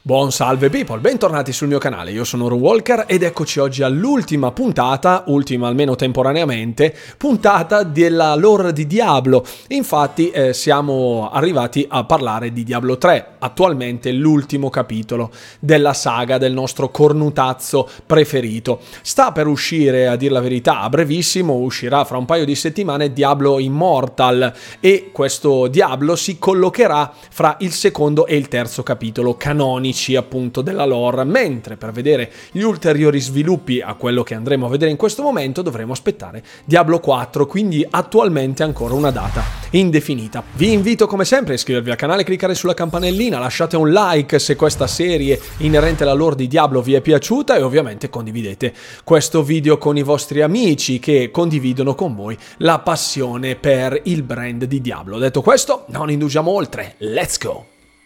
Buon salve people, bentornati sul mio canale, io sono Runewalker ed eccoci oggi all'ultima puntata, ultima almeno temporaneamente, puntata della lore di Diablo. Infatti siamo arrivati a parlare di Diablo 3, attualmente l'ultimo capitolo della saga del nostro cornutazzo preferito. Sta per uscire, a dir la verità, a brevissimo, uscirà fra un paio di settimane Diablo Immortal e questo Diablo si collocherà fra il secondo e il terzo capitolo canonici appunto della lore, mentre per vedere gli ulteriori sviluppi a quello che andremo a vedere in questo momento dovremo aspettare Diablo 4, quindi attualmente ancora una data indefinita. Vi invito come sempre a iscrivervi al canale, cliccare sulla campanellina, lasciate un like se questa serie inerente alla lore di Diablo vi è piaciuta e ovviamente condividete questo video con i vostri amici che condividono con voi la passione per il brand di Diablo. Detto questo, non indugiamo oltre, let's go!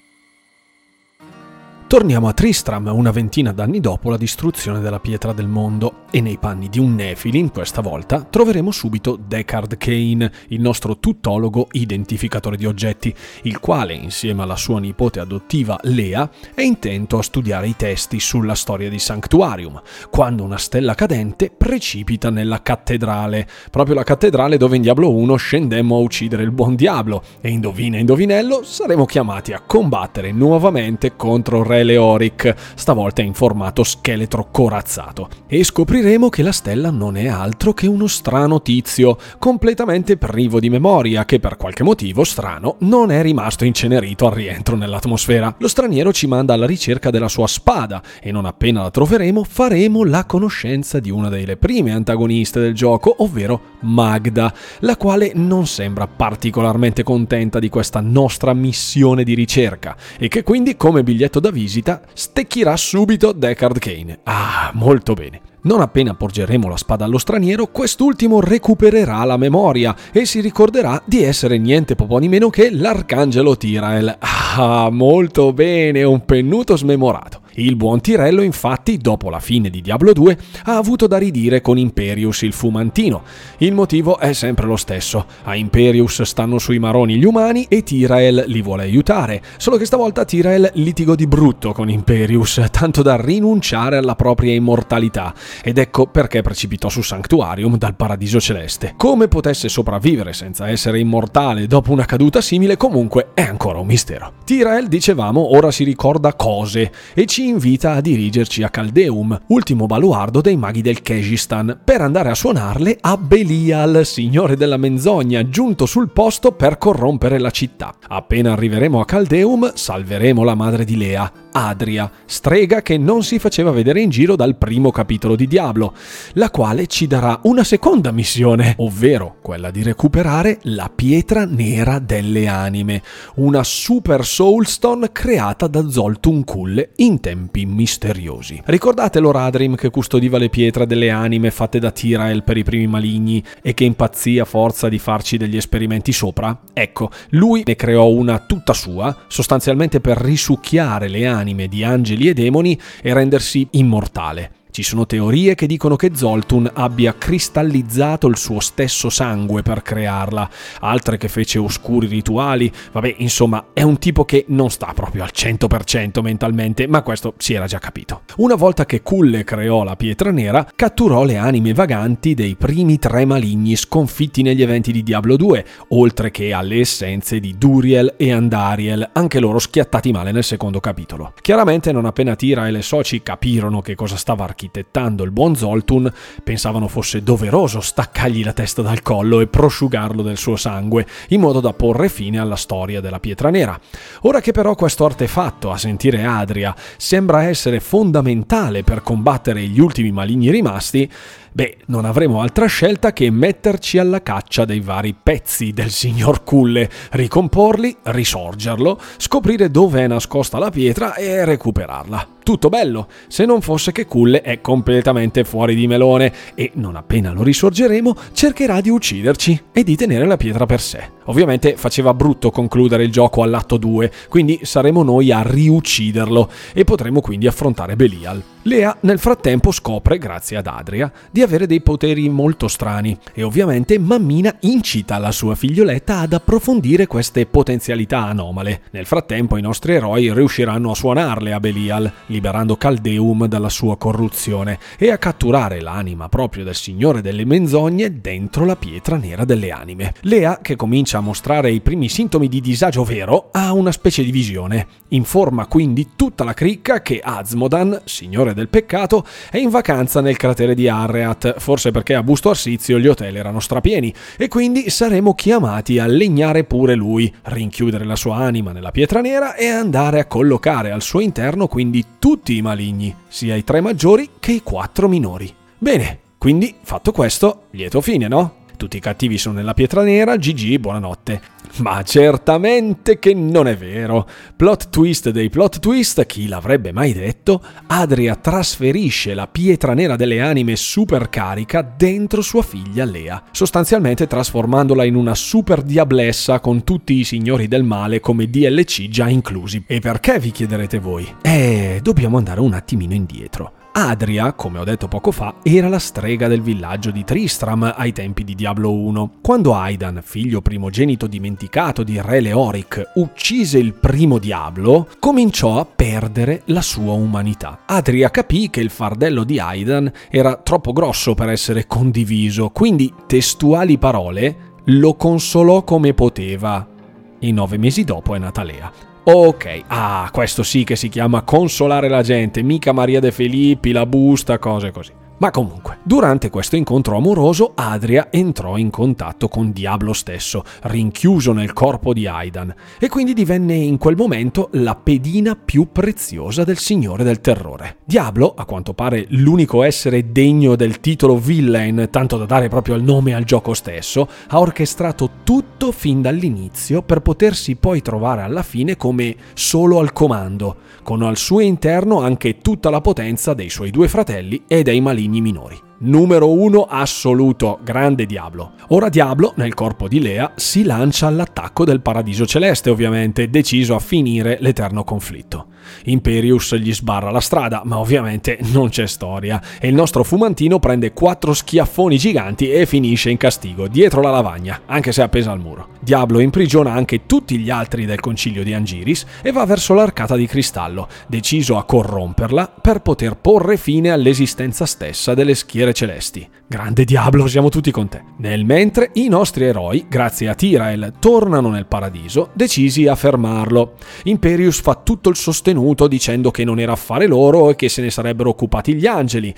Torniamo a Tristram una ventina d'anni dopo la distruzione della Pietra del Mondo e nei panni di un Nephilim questa volta troveremo subito Deckard Cain, il nostro tuttologo identificatore di oggetti, il quale insieme alla sua nipote adottiva Lea è intento a studiare i testi sulla storia di Sanctuarium, quando una stella cadente precipita nella cattedrale, proprio la cattedrale dove in Diablo 1 scendemmo a uccidere il buon Diablo e indovinello saremo chiamati a combattere nuovamente contro Re Leoric, stavolta in formato scheletro corazzato, e scopriremo che la stella non è altro che uno strano tizio completamente privo di memoria che per qualche motivo strano non è rimasto incenerito al rientro nell'atmosfera. Lo straniero ci manda alla ricerca della sua spada e non appena la troveremo faremo la conoscenza di una delle prime antagoniste del gioco, ovvero Magda, la quale non sembra particolarmente contenta di questa nostra missione di ricerca e che quindi come biglietto da visita stecchirà subito Deckard Cain. Ah, molto bene. Non appena porgeremo la spada allo straniero, quest'ultimo recupererà la memoria e si ricorderà di essere niente po' di meno che l'arcangelo Tyrael. Ah, molto bene, un pennuto smemorato. Il buon Tirello infatti, dopo la fine di Diablo 2, ha avuto da ridire con Imperius il fumantino. Il motivo è sempre lo stesso. A Imperius stanno sui maroni gli umani e Tyrael li vuole aiutare, solo che stavolta Tyrael litigò di brutto con Imperius, tanto da rinunciare alla propria immortalità, ed ecco perché precipitò su Sanctuarium dal paradiso celeste. Come potesse sopravvivere senza essere immortale dopo una caduta simile comunque è ancora un mistero. Tyrael, dicevamo, ora si ricorda cose e ci invita a dirigerci a Caldeum, ultimo baluardo dei maghi del Khajiit, per andare a suonarle a Belial, signore della menzogna, giunto sul posto per corrompere la città. Appena arriveremo a Caldeum, salveremo la madre di Lea, Adria, strega che non si faceva vedere in giro dal primo capitolo di Diablo, la quale ci darà una seconda missione, ovvero quella di recuperare la pietra nera delle anime, una super soulstone creata da Zoltun Kulle in tempi misteriosi. Ricordate Lord Adrim che custodiva le pietre delle anime fatte da Tyrael per i primi maligni e che impazzì a forza di farci degli esperimenti sopra? Ecco, lui ne creò una tutta sua, sostanzialmente per risucchiare le anime di angeli e demoni e rendersi immortale. Ci sono teorie che dicono che Zoltun abbia cristallizzato il suo stesso sangue per crearla, altre che fece oscuri rituali. Vabbè, insomma, è un tipo che non sta proprio al 100% mentalmente, ma questo si era già capito. Una volta che Kulle creò la pietra nera, catturò le anime vaganti dei primi 3 maligni sconfitti negli eventi di Diablo 2, oltre che alle essenze di Duriel e Andariel, anche loro schiattati male nel secondo capitolo. Chiaramente non appena Tyrael e le soci capirono che cosa stava architettando il buon Zoltun, pensavano fosse doveroso staccargli la testa dal collo e prosciugarlo del suo sangue, in modo da porre fine alla storia della pietra nera. Ora che però questo artefatto, a sentire Adria, sembra essere fondamentale per combattere gli ultimi maligni rimasti, non avremo altra scelta che metterci alla caccia dei vari pezzi del signor Kulle, ricomporli, risorgerlo, scoprire dove è nascosta la pietra e recuperarla. Tutto bello, se non fosse che Kulle è completamente fuori di melone e, non appena lo risorgeremo, cercherà di ucciderci e di tenere la pietra per sé. Ovviamente faceva brutto concludere il gioco all'atto 2, quindi saremo noi a riucciderlo e potremo quindi affrontare Belial. Lea nel frattempo scopre, grazie ad Adria, di avere dei poteri molto strani e ovviamente mammina incita la sua figlioletta ad approfondire queste potenzialità anomale. Nel frattempo i nostri eroi riusciranno a suonarle a Belial, liberando Caldeum dalla sua corruzione e a catturare l'anima proprio del Signore delle Menzogne dentro la pietra nera delle anime. Lea, che comincia a mostrare i primi sintomi di disagio vero, ha una specie di visione. Informa quindi tutta la cricca che Azmodan, signore del peccato, è in vacanza nel cratere di Arreat, forse perché a Busto Arsizio gli hotel erano strapieni e quindi saremo chiamati a legnare pure lui, rinchiudere la sua anima nella pietra nera e andare a collocare al suo interno quindi tutti i maligni, sia i 3 maggiori che i 4 minori. Bene, quindi fatto questo, lieto fine, no? Tutti i cattivi sono nella pietra nera, GG, buonanotte. Ma certamente che non è vero. Plot twist dei plot twist, chi l'avrebbe mai detto? Adria trasferisce la pietra nera delle anime supercarica dentro sua figlia Lea, sostanzialmente trasformandola in una super diablessa con tutti i signori del male come DLC già inclusi. E perché, vi chiederete voi? Dobbiamo andare un attimino indietro. Adria, come ho detto poco fa, era la strega del villaggio di Tristram ai tempi di Diablo 1. Quando Aidan, figlio primogenito dimenticato di Re Leoric, uccise il primo Diablo, cominciò a perdere la sua umanità. Adria capì che il fardello di Aidan era troppo grosso per essere condiviso, quindi, testuali parole, lo consolò come poteva. E 9 mesi dopo è nata Lea. Ok, questo sì che si chiama consolare la gente, mica Maria De Filippi, la busta, cose così. Ma comunque, durante questo incontro amoroso, Adria entrò in contatto con Diablo stesso, rinchiuso nel corpo di Aidan, e quindi divenne in quel momento la pedina più preziosa del Signore del Terrore. Diablo, a quanto pare l'unico essere degno del titolo villain, tanto da dare proprio il nome al gioco stesso, ha orchestrato tutto fin dall'inizio per potersi poi trovare alla fine come solo al comando, con al suo interno anche tutta la potenza dei suoi 2 fratelli e dei maligni minori. Numero 1 assoluto, grande Diablo. Ora Diablo, nel corpo di Lea, si lancia all'attacco del Paradiso Celeste, ovviamente, deciso a finire l'eterno conflitto. Imperius gli sbarra la strada, ma ovviamente non c'è storia, e il nostro fumantino prende 4 schiaffoni giganti e finisce in castigo, dietro la lavagna, anche se appesa al muro. Diablo imprigiona anche tutti gli altri del concilio di Angiris e va verso l'arcata di cristallo, deciso a corromperla per poter porre fine all'esistenza stessa delle schiere celesti. Grande Diablo, siamo tutti con te. Nel mentre, i nostri eroi, grazie a Tyrael, tornano nel paradiso, decisi a fermarlo. Imperius fa tutto il sostenuto dicendo che non era affare loro e che se ne sarebbero occupati gli angeli.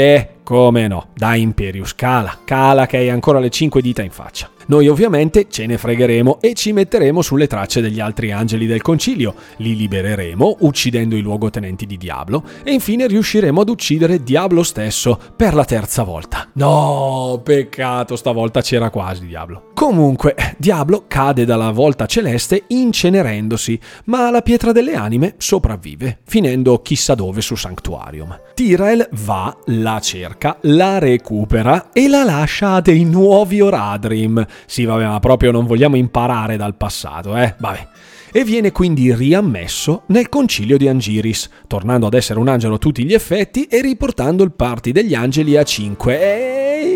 Come no, dai Imperius, cala che hai ancora le 5 dita in faccia. Noi ovviamente ce ne fregheremo e ci metteremo sulle tracce degli altri angeli del concilio, li libereremo uccidendo i luogotenenti di Diablo e infine riusciremo ad uccidere Diablo stesso per la 3ª volta. No, peccato, stavolta c'era quasi Diablo. Comunque, Diablo cade dalla volta celeste incenerendosi, ma la pietra delle anime sopravvive, finendo chissà dove su Sanctuarium. Tyrael va, la cerca, la recupera e la lascia a dei nuovi Oradrim. Sì, vabbè, ma proprio non vogliamo imparare dal passato, vabbè. E viene quindi riammesso nel concilio di Angiris, tornando ad essere un angelo a tutti gli effetti e riportando il party degli angeli a 5.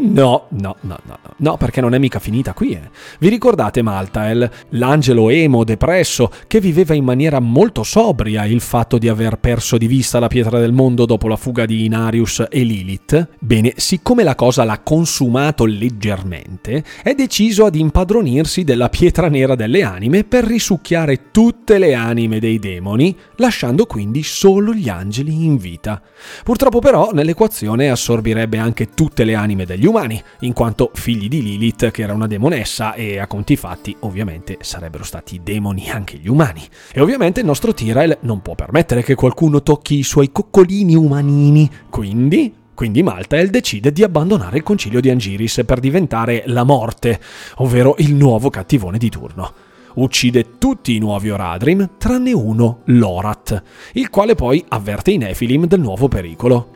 No, perché non è mica finita qui. Vi ricordate Maltael, l'angelo emo depresso che viveva in maniera molto sobria il fatto di aver perso di vista la pietra del mondo dopo la fuga di Inarius e Lilith? Bene, siccome la cosa l'ha consumato leggermente, è deciso ad impadronirsi della pietra nera delle anime per risucchiare tutte le anime dei demoni, lasciando quindi solo gli angeli in vita. Purtroppo però nell'equazione assorbirebbe anche tutte le anime degli umani, in quanto figli di Lilith, che era una demonessa, e a conti fatti ovviamente sarebbero stati demoni anche gli umani. E ovviamente il nostro Tyrael non può permettere che qualcuno tocchi i suoi coccolini umanini, quindi Maltael decide di abbandonare il concilio di Angiris per diventare la morte, ovvero il nuovo cattivone di turno. Uccide tutti i nuovi Oradrim, tranne uno, Lorath, il quale poi avverte i Nephilim del nuovo pericolo.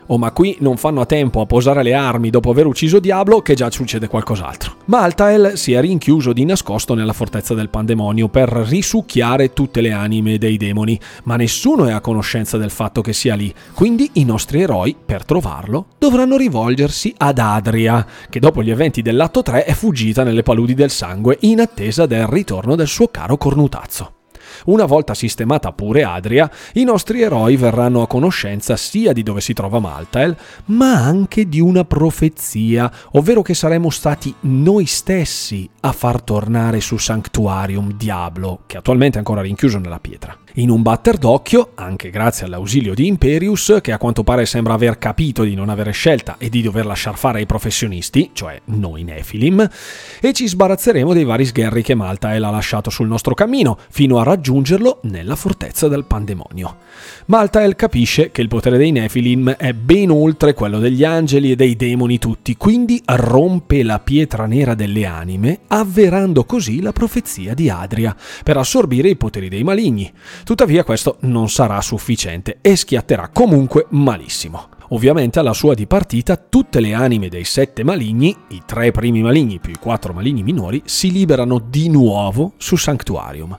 Oh, ma qui non fanno a tempo a posare le armi dopo aver ucciso Diablo che già succede qualcos'altro. Malthael si è rinchiuso di nascosto nella fortezza del Pandemonio per risucchiare tutte le anime dei demoni, ma nessuno è a conoscenza del fatto che sia lì, quindi i nostri eroi, per trovarlo, dovranno rivolgersi ad Adria, che dopo gli eventi dell'atto 3 è fuggita nelle paludi del sangue in attesa del ritorno del suo caro cornutazzo. Una volta sistemata pure Adria, i nostri eroi verranno a conoscenza sia di dove si trova Malthael, ma anche di una profezia, ovvero che saremo stati noi stessi a far tornare su Sanctuarium Diablo, che attualmente è ancora rinchiuso nella pietra. In un batter d'occhio, anche grazie all'ausilio di Imperius, che a quanto pare sembra aver capito di non avere scelta e di dover lasciar fare ai professionisti, cioè noi Nephilim, e ci sbarazzeremo dei vari sgherri che Malthael ha lasciato sul nostro cammino, fino a raggiungerlo nella fortezza del Pandemonio. Malthael capisce che il potere dei Nephilim è ben oltre quello degli angeli e dei demoni tutti, quindi rompe la pietra nera delle anime, avverando così la profezia di Adria, per assorbire i poteri dei maligni. Tuttavia questo non sarà sufficiente e schiatterà comunque malissimo. Ovviamente alla sua dipartita tutte le anime dei 7 maligni, i 3 primi maligni più i 4 maligni minori, si liberano di nuovo su Sanctuarium.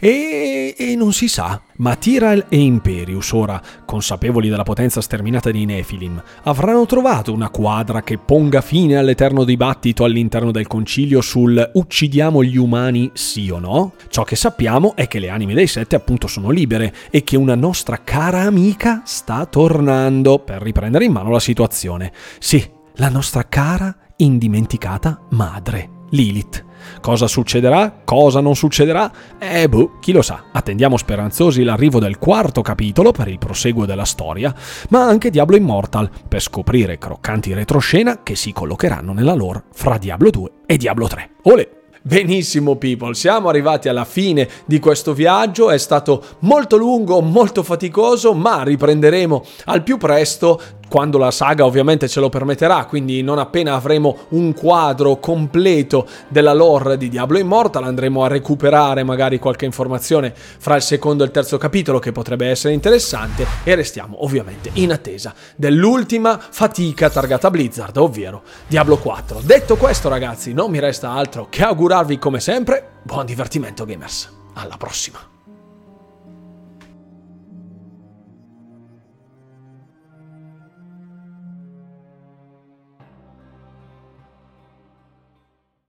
E non si sa, ma Tyrael e Imperius, ora consapevoli della potenza sterminata dei Nephilim, avranno trovato una quadra che ponga fine all'eterno dibattito all'interno del concilio sul uccidiamo gli umani sì o no? Ciò che sappiamo è che le anime dei 7 appunto sono libere e che una nostra cara amica sta tornando per riprendere in mano la situazione. Sì, la nostra cara, indimenticata madre, Lilith. Cosa succederà? Cosa non succederà? Chi lo sa. Attendiamo speranzosi l'arrivo del 4º capitolo per il proseguo della storia, ma anche Diablo Immortal per scoprire croccanti retroscena che si collocheranno nella lore fra Diablo 2 e Diablo 3. Olè! Benissimo people, siamo arrivati alla fine di questo viaggio, è stato molto lungo, molto faticoso, ma riprenderemo al più presto quando la saga ovviamente ce lo permetterà, quindi non appena avremo un quadro completo della lore di Diablo Immortal andremo a recuperare magari qualche informazione fra il 2º e il 3º capitolo che potrebbe essere interessante e restiamo ovviamente in attesa dell'ultima fatica targata Blizzard, ovvero Diablo 4. Detto questo ragazzi, non mi resta altro che augurarvi come sempre buon divertimento gamers, alla prossima!